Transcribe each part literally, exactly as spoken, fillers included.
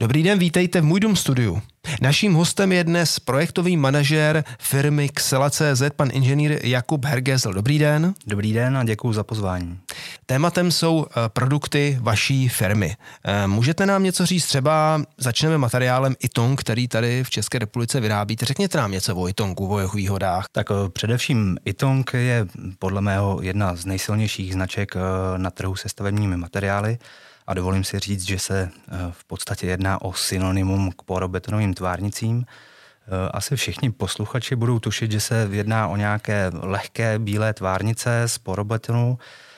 Dobrý den, vítejte v Můj dům studiu. Naším hostem je dnes projektový manažér firmy Xela tečka cé zet, pan inženýr Jakub Hergézl. Dobrý den. Dobrý den a děkuji za pozvání. Tématem jsou produkty vaší firmy. Můžete nám něco říct, třeba začneme materiálem Ytong, který tady v České republice vyrábíte. Řekněte nám něco o Ytongu, o jeho výhodách. Tak především Ytong je podle mého jedna z nejsilnějších značek na trhu se stavebními materiály. A dovolím si říct, že se v podstatě jedná o synonymum k porobetonovým tvárnicím. Asi všichni posluchači budou tušit, že se jedná o nějaké lehké bílé tvárnice z porobetonu,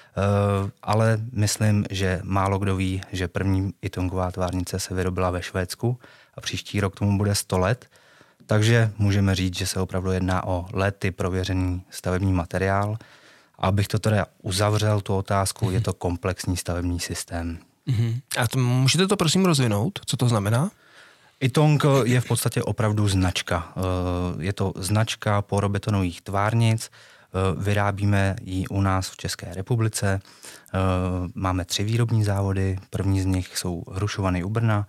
ale myslím, že málo kdo ví, že první Ytongová tvárnice se vyrobila ve Švédsku a příští rok tomu bude sto let. Takže můžeme říct, že se opravdu jedná o lety prověřený stavební materiál. A abych to teda uzavřel, tu otázku, je to komplexní stavební systém. Uh-huh. A to, můžete to prosím rozvinout? Co to znamená? Ytong je v podstatě opravdu značka. Je to značka porobetonových tvárnic, vyrábíme ji u nás v České republice. Máme tři výrobní závody, první z nich jsou Hrušovany u Brna,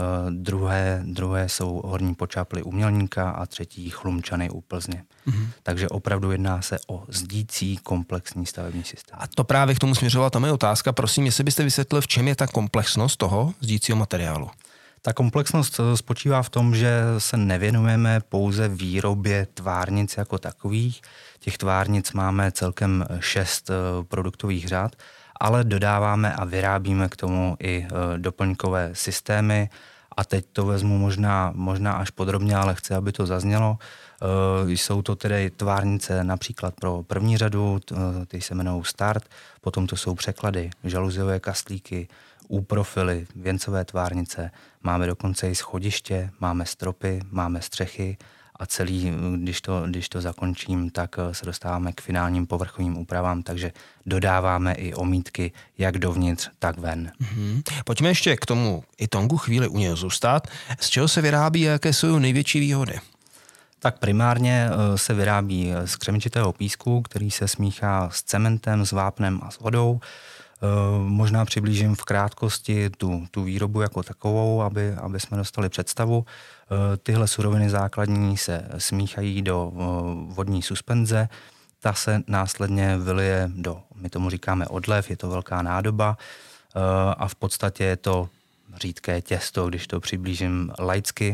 druhé, druhé jsou Horní Počáply u Mělníka a třetí Chlumčany u Plzně. Mm-hmm. Takže opravdu jedná se o zdící komplexní stavební systém. A to právě k tomu směřovala ta moje otázka. Prosím, jestli byste vysvětlil, v čem je ta komplexnost toho zdícího materiálu? Ta komplexnost spočívá v tom, že se nevěnujeme pouze výrobě tvárnic jako takových. Těch tvárnic máme celkem šest produktových řad, ale dodáváme a vyrábíme k tomu i doplňkové systémy. A teď to vezmu možná, možná až podrobně, ale chci, aby to zaznělo. Jsou to tedy tvárnice například pro první řadu, ty se jmenují Start, potom to jsou překlady, žaluziové kastlíky, úprofily, věncové tvárnice, máme dokonce i schodiště, máme stropy, máme střechy a celý, když to, když to zakončím, tak se dostáváme k finálním povrchovým úpravám, takže dodáváme i omítky jak dovnitř, tak ven. Mm-hmm. Pojďme ještě k tomu Ytongu chvíli u něho zůstat. Z čeho se vyrábí a jaké jsou největší výhody? Tak primárně se vyrábí z křemičitého písku, který se smíchá s cementem, s vápnem a s vodou. Možná přiblížím v krátkosti tu, tu výrobu jako takovou, aby, aby jsme dostali představu. Tyhle suroviny základní se smíchají do vodní suspenze, ta se následně vylije do, my tomu říkáme odlev, je to velká nádoba a v podstatě je to řídké těsto, když to přiblížím laicky.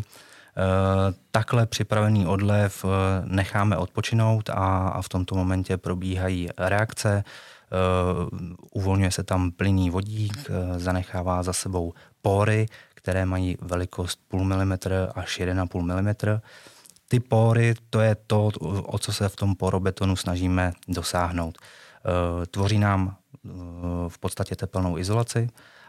Takhle připravený odlev necháme odpočinout a, a v tomto momentě probíhají reakce. Uh, uvolňuje se tam plynný vodík, uh, zanechává za sebou póry, které mají velikost půl milimetr až jeden a půl milimetr. Ty póry, to je to, o co se v tom porobetonu snažíme dosáhnout. Uh, tvoří nám uh, v podstatě tepelnou izolaci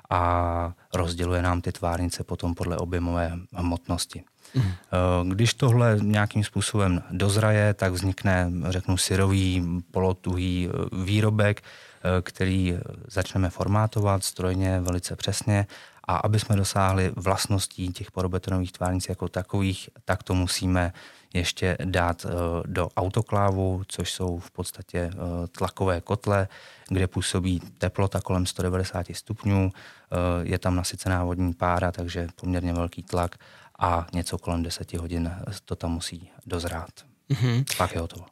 a rozděluje nám ty tvárnice potom podle objemové hmotnosti. Mm. Když tohle nějakým způsobem dozraje, tak vznikne, řeknu, syrový, polotuhý výrobek, který začneme formátovat strojně velice přesně a aby jsme dosáhli vlastností těch porobetonových tvárnic jako takových, tak to musíme ještě dát do autoklávu, což jsou v podstatě tlakové kotle, kde působí teplota kolem sto devadesát stupňů, je tam nasycená vodní pára, takže poměrně velký tlak a něco kolem deseti hodin to tam musí dozrát. Mm-hmm. Pak je hotovo.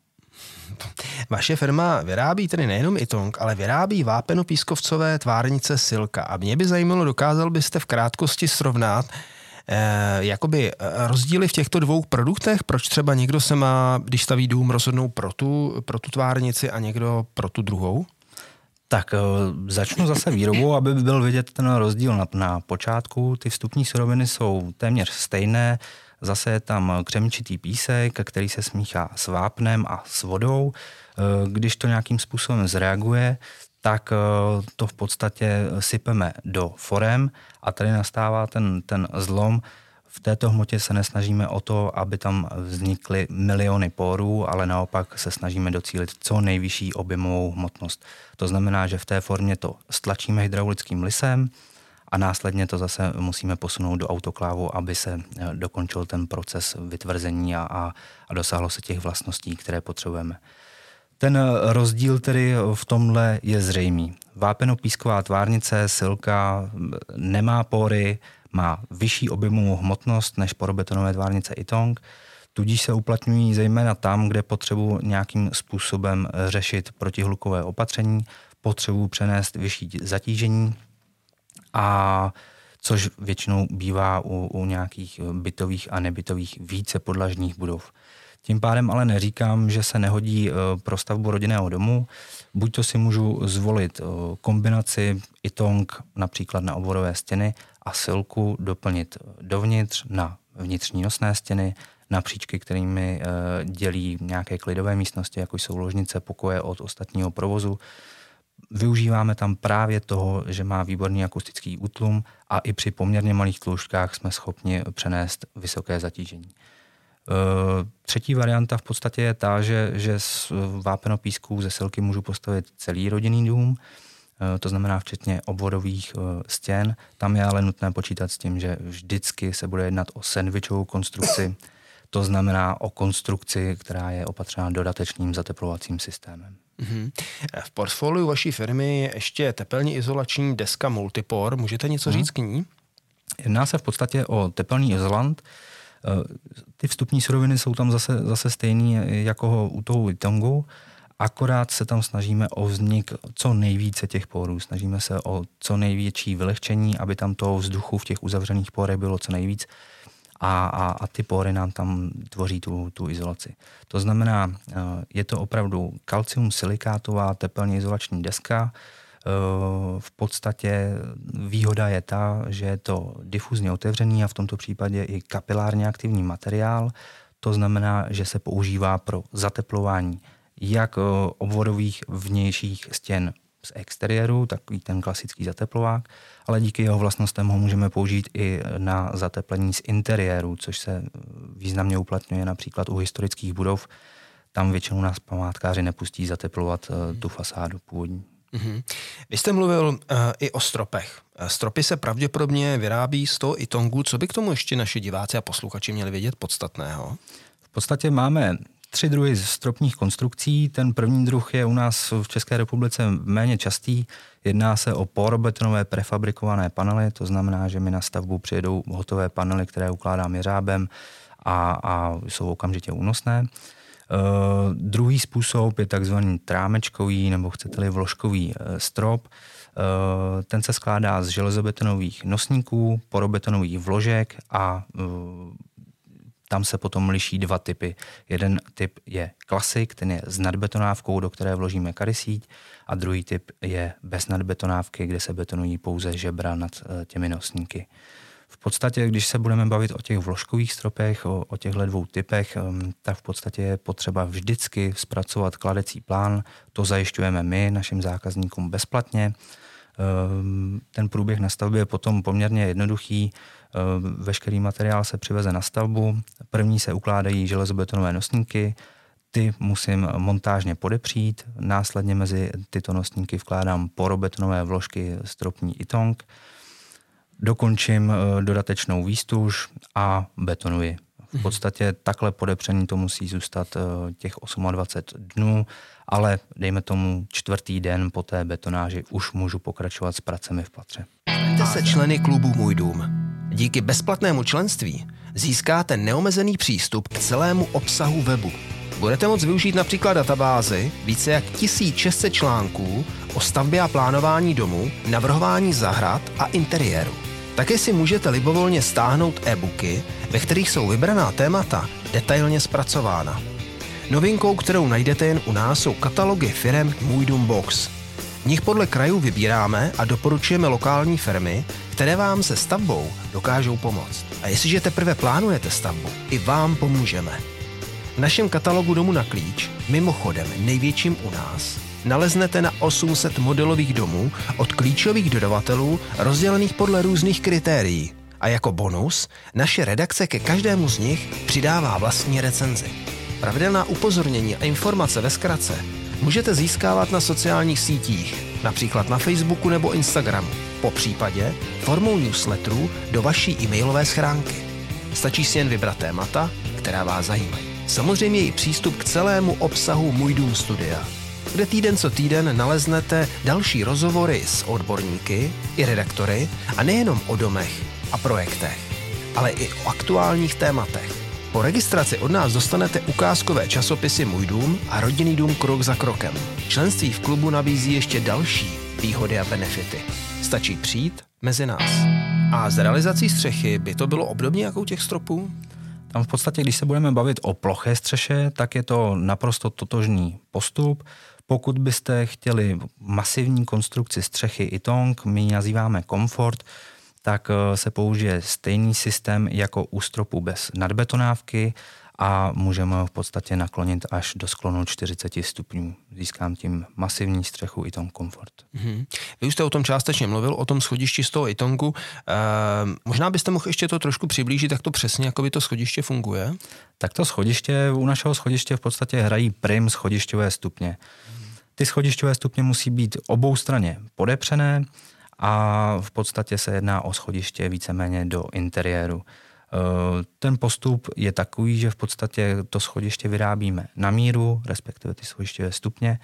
Vaše firma vyrábí tedy nejenom Ytong, ale vyrábí vápenopískovcové tvárnice Silka. A mě by zajímalo, dokázal byste v krátkosti srovnat eh, jakoby rozdíly v těchto dvou produktech? Proč třeba někdo se má, když staví dům, rozhodnou pro tu, pro tu tvárnici a někdo pro tu druhou? Tak začnu zase výrobou, aby byl vidět ten rozdíl na, na počátku. Ty vstupní suroviny jsou téměř stejné. Zase je tam křemičitý písek, který se smíchá s vápnem a s vodou. Když to nějakým způsobem zreaguje, tak to v podstatě sypeme do forem a tady nastává ten, ten zlom. V této hmotě se nesnažíme o to, aby tam vznikly miliony pórů, ale naopak se snažíme docílit co nejvyšší objemovou hmotnost. To znamená, že v té formě to stlačíme hydraulickým lisem a následně to zase musíme posunout do autoklávu, aby se dokončil ten proces vytvrzení a, a, a dosáhlo se těch vlastností, které potřebujeme. Ten rozdíl tedy v tomhle je zřejmý. Vápenopísková tvárnice Silka nemá pory, má vyšší objemovou hmotnost než porobetonové tvárnice Ytong, tudíž se uplatňují zejména tam, kde potřebuji nějakým způsobem řešit protihlukové opatření, potřebuji přenést vyšší zatížení, a což většinou bývá u, u nějakých bytových a nebytových více podlažních budov. Tím pádem ale neříkám, že se nehodí pro stavbu rodinného domu. Buď to si můžu zvolit kombinaci Ytong například na obvodové stěny a silku doplnit dovnitř na vnitřní nosné stěny, na příčky, kterými dělí nějaké klidové místnosti, jako jsou ložnice, pokoje od ostatního provozu. Využíváme tam právě toho, že má výborný akustický útlum a i při poměrně malých tloušťkách jsme schopni přenést vysoké zatížení. Třetí varianta v podstatě je ta, že, že z vápenopísků ze silky můžu postavit celý rodinný dům, to znamená včetně obvodových stěn. Tam je ale nutné počítat s tím, že vždycky se bude jednat o sendvičovou konstrukci, to znamená o konstrukci, která je opatřena dodatečným zateplovacím systémem. Mm-hmm. V portfoliu vaší firmy je ještě tepelně izolační deska Multipor. Můžete něco mm. říct k ní? Jedná se v podstatě o tepelný izolant. Ty vstupní suroviny jsou tam zase, zase stejný jako u toho Ytongu, akorát se tam snažíme o vznik co nejvíce těch porů. Snažíme se o co největší vylehčení, aby tam toho vzduchu v těch uzavřených porech bylo co nejvíc. A, a, a ty pory nám tam tvoří tu, tu izolaci. To znamená, je to opravdu kalcium silikátová tepelně izolační deska. V podstatě výhoda je ta, že je to difuzně otevřený a v tomto případě i kapilárně aktivní materiál. To znamená, že se používá pro zateplování jak obvodových vnějších stěn z exteriéru, takový ten klasický zateplovák, ale díky jeho vlastnostem ho můžeme použít i na zateplení z interiéru, což se významně uplatňuje například u historických budov. Tam většinou nás památkáři nepustí zateplovat uh, tu fasádu původní. Mm-hmm. Vy jste mluvil uh, i o stropech. Stropy se pravděpodobně vyrábí z toho Ytongu. Co by k tomu ještě naši diváci a posluchači měli vědět podstatného? V podstatě máme tři druhy stropních konstrukcí. Ten první druh je u nás v České republice méně častý. Jedná se o porobetonové prefabrikované panely, to znamená, že mi na stavbu přijedou hotové panely, které ukládám jeřábem a, a jsou okamžitě únosné. Uh, druhý způsob je takzvaný trámečkový nebo chcete-li vložkový uh, strop. Uh, ten se skládá z železobetonových nosníků, porobetonových vložek a uh, tam se potom liší dva typy. Jeden typ je klasik, ten je s nadbetonávkou, do které vložíme karysíť, a druhý typ je bez nadbetonávky, kde se betonují pouze žebra nad těmi nosníky. V podstatě, když se budeme bavit o těch vložkových stropech, o, o těchto dvou typech, tak v podstatě je potřeba vždycky zpracovat kladecí plán. To zajišťujeme my, našim zákazníkům bezplatně. Ten průběh na stavbě je potom poměrně jednoduchý. Veškerý materiál se přiveze na stavbu. První se ukládají železobetonové nosníky, ty musím montážně podepřít, následně mezi tyto nosníky vkládám porobetonové vložky stropní Ytong, dokončím dodatečnou výstuž a betonuji. V podstatě takhle podepření to musí zůstat těch dvacet osm dnů, ale dejme tomu čtvrtý den po té betonáži už můžu pokračovat s pracemi v patře. Staňte se členy klubu Můj dům. Díky bezplatnému členství získáte neomezený přístup k celému obsahu webu. Budete moct využít například databázi více jak tisíc šest set článků o stavbě a plánování domu, navrhování zahrad a interiéru. Také si můžete libovolně stáhnout e-booky, ve kterých jsou vybraná témata detailně zpracována. Novinkou, kterou najdete jen u nás, jsou katalogy firem Můj dům Box. V nich podle krajů vybíráme a doporučujeme lokální firmy, které vám se stavbou dokážou pomoct. A jestliže teprve plánujete stavbu, i vám pomůžeme. V našem katalogu Domu na klíč, mimochodem největším u nás, naleznete na osm set modelových domů od klíčových dodavatelů rozdělených podle různých kritérií. A jako bonus naše redakce ke každému z nich přidává vlastní recenzi. Pravidelná upozornění a informace ve zkratce můžete získávat na sociálních sítích, například na Facebooku nebo Instagramu, po případě formou newsletterů do vaší e-mailové schránky. Stačí si jen vybrat témata, která vás zajímají. Samozřejmě i přístup k celému obsahu Můj dům studia, kde týden co týden naleznete další rozhovory s odborníky i redaktory a nejenom o domech, a projektech, ale i o aktuálních tématech. Po registraci od nás dostanete ukázkové časopisy Můj dům a Rodinný dům krok za krokem. Členství v klubu nabízí ještě další výhody a benefity. Stačí přijít mezi nás. A z realizací střechy by to bylo obdobně jako u těch stropů? Tam v podstatě, když se budeme bavit o ploché střeše, tak je to naprosto totožný postup. Pokud byste chtěli masivní konstrukci střechy Ytong, my ji nazýváme komfort, tak se použije stejný systém jako u stropu bez nadbetonávky a můžeme ho v podstatě naklonit až do sklonu čtyřicet stupňů. Získám tím masivní střechu Ytong Comfort. Mm-hmm. Vy už jste o tom částečně mluvil, o tom schodišti z toho Ytongu. E, možná byste mohl ještě to trošku přiblížit, jak to přesně, jako by to schodiště funguje? Tak to schodiště, u našeho schodiště v podstatě hrají prim schodišťové stupně. Ty schodišťové stupně musí být oboustranně podepřené a v podstatě se jedná o schodiště víceméně do interiéru. Ten postup je takový, že v podstatě to schodiště vyrábíme na míru, respektive ty schodišťové stupně,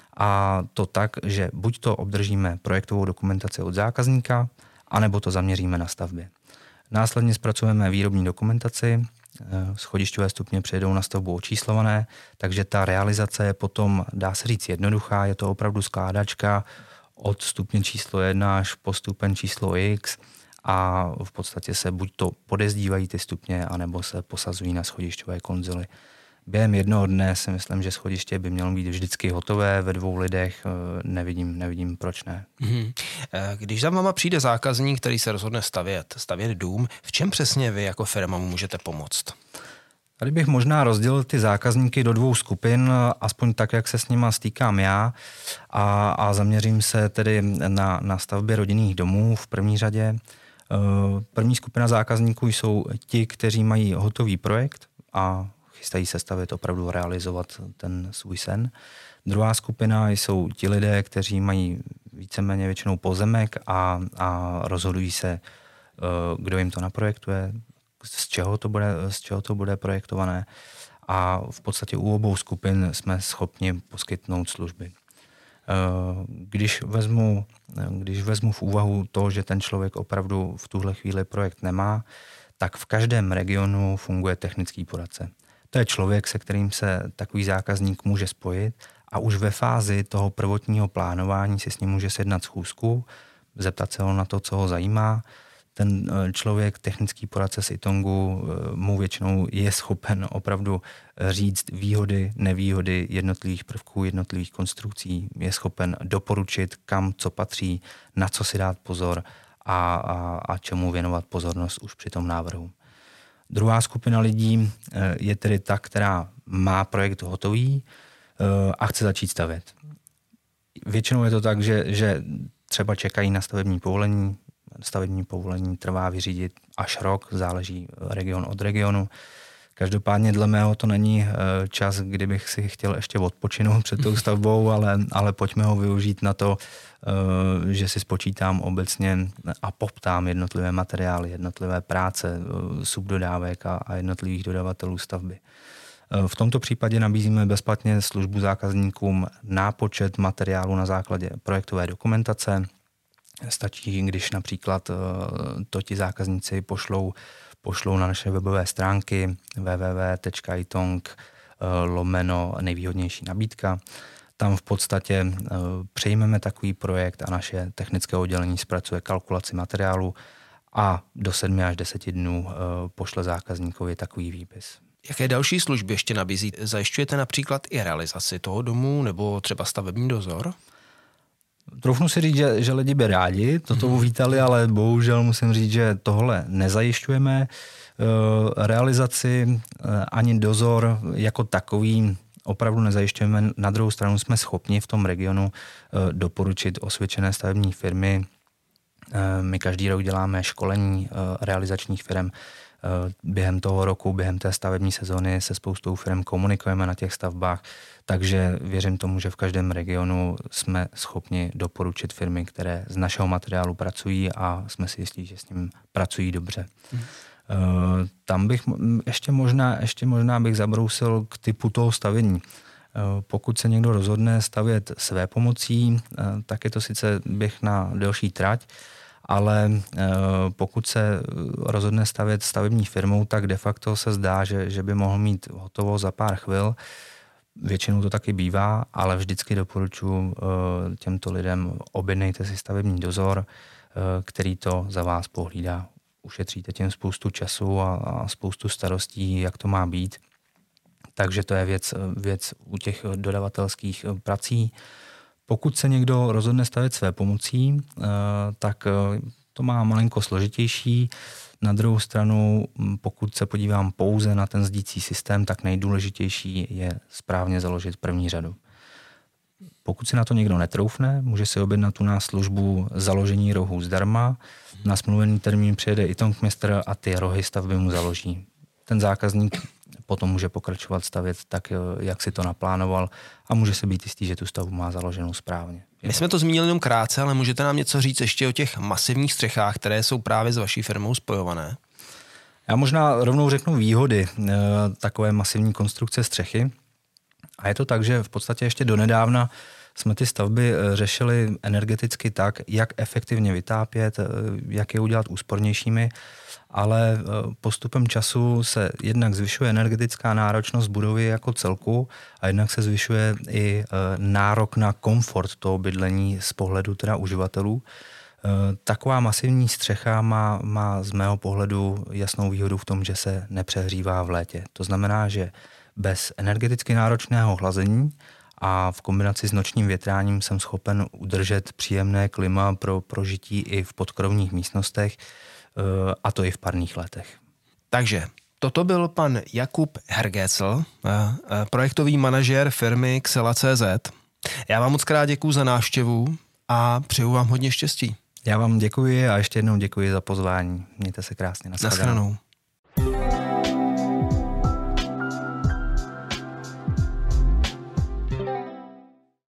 a to tak, že buď to obdržíme projektovou dokumentaci od zákazníka, anebo to zaměříme na stavbě. Následně zpracujeme výrobní dokumentaci, schodišťové stupně přijedou na stavbu očíslované, takže ta realizace je potom, dá se říct, jednoduchá, je to opravdu skládačka od stupně číslo jedna až po stupeň číslo X a v podstatě se buď to podezdívají ty stupně, anebo se posazují na schodišťové konzily. Během jednoho dne si myslím, že schodiště by mělo být vždycky hotové, ve dvou lidech, nevidím, nevidím proč ne. Hmm. Když za váma přijde zákazník, který se rozhodne stavět, stavět dům, v čem přesně vy jako firma mu můžete pomoct? Tady bych možná rozdělil ty zákazníky do dvou skupin, aspoň tak, jak se s nima stýkám já, a, a zaměřím se tedy na, na stavbě rodinných domů v první řadě. První skupina zákazníků jsou ti, kteří mají hotový projekt a chystají se stavět, opravdu realizovat ten svůj sen. Druhá skupina jsou ti lidé, kteří mají víceméně většinou pozemek a, a rozhodují se, kdo jim to naprojektuje, z čeho to bude, z čeho to bude projektované, a v podstatě u obou skupin jsme schopni poskytnout služby. Když vezmu, když vezmu v úvahu to, že ten člověk opravdu v tuhle chvíli projekt nemá, tak v každém regionu funguje technický poradce. To je člověk, se kterým se takový zákazník může spojit a už ve fázi toho prvotního plánování si s ním může sjednat schůzku, zeptat se ho na to, co ho zajímá. Ten člověk, technický poradce z Ytongu, mu většinou je schopen opravdu říct výhody, nevýhody jednotlivých prvků, jednotlivých konstrukcí, je schopen doporučit, kam co patří, na co si dát pozor a, a, a čemu věnovat pozornost už při tom návrhu. Druhá skupina lidí je tedy ta, která má projekt hotový a chce začít stavět. Většinou je to tak, že, že třeba čekají na stavební povolení. Stavební povolení trvá vyřídit až rok, záleží region od regionu. Každopádně dle mého to není čas, kdybych si chtěl ještě odpočinout před tou stavbou, ale, ale pojďme ho využít na to, že si spočítám obecně a poptám jednotlivé materiály, jednotlivé práce, subdodávek a, a jednotlivých dodavatelů stavby. V tomto případě nabízíme bezplatně službu zákazníkům nápočet materiálu na základě projektové dokumentace. Stačí, když například to ti zákazníci pošlou, pošlou na naše webové stránky www tečka ytong lomeno nejvýhodnější nabídka. Tam v podstatě přejmeme takový projekt a naše technické oddělení zpracuje kalkulaci materiálu a do sedmi až deseti dnů pošle zákazníkovi takový výpis. Jaké další služby ještě nabízíte? Zajišťujete například i realizaci toho domu nebo třeba stavební dozor? Troufnu si říct, že, že lidi by rádi toto uvítali, ale bohužel musím říct, že tohle nezajišťujeme. Realizaci ani dozor jako takový opravdu nezajišťujeme. Na druhou stranu jsme schopni v tom regionu doporučit osvědčené stavební firmy. My každý rok děláme školení realizačních firm. Během toho roku, během té stavební sezóny se spoustou firm komunikujeme na těch stavbách, takže věřím tomu, že v každém regionu jsme schopni doporučit firmy, které z našeho materiálu pracují a jsme si jistí, že s ním pracují dobře. Hmm. Tam bych ještě možná, ještě možná bych zabrousil k typu toho stavění. Pokud se někdo rozhodne stavět své pomocí, tak je to sice běh na delší trať, ale pokud se rozhodne stavět stavební firmou, tak de facto se zdá, že, že by mohl mít hotovo za pár chvil. Většinou to taky bývá, ale vždycky doporučuji těmto lidem, objednejte si stavební dozor, který to za vás pohlídá. Ušetříte tím spoustu času a, a spoustu starostí, jak to má být. Takže to je věc, věc u těch dodavatelských prací. Pokud se někdo rozhodne stavět své pomocí, tak to má malinko složitější. Na druhou stranu, pokud se podívám pouze na ten sdící systém, tak nejdůležitější je správně založit první řadu. Pokud si na to někdo netroufne, může si objednat u nás službu založení rohů zdarma. Na smluvený termín přijede i Tongmistr a ty rohy stavby mu založí. Ten zákazník potom může pokračovat stavět tak, jak si to naplánoval a může se být jistý, že tu stavbu má založenou správně. My jsme to zmínili jenom krátce, ale můžete nám něco říct ještě o těch masivních střechách, které jsou právě s vaší firmou spojované? Já možná rovnou řeknu výhody e, takové masivní konstrukce střechy. A je to tak, že v podstatě ještě donedávna jsme ty stavby řešili energeticky tak, jak efektivně vytápět, jak je udělat úspornějšími, ale postupem času se jednak zvyšuje energetická náročnost budovy jako celku a jednak se zvyšuje i nárok na komfort toho bydlení z pohledu teda uživatelů. Taková masivní střecha má, má z mého pohledu jasnou výhodu v tom, že se nepřehřívá v létě. To znamená, že bez energeticky náročného chlazení a v kombinaci s nočním větráním jsem schopen udržet příjemné klima pro prožití i v podkrovních místnostech, a to i v parních letech. Takže toto byl pan Jakub Hergécl, projektový manažér firmy Xela tečka cé zet. Já vám moc krát děkuju za návštěvu a přeju vám hodně štěstí. Já vám děkuji a ještě jednou děkuji za pozvání. Mějte se krásně. Naschledanou.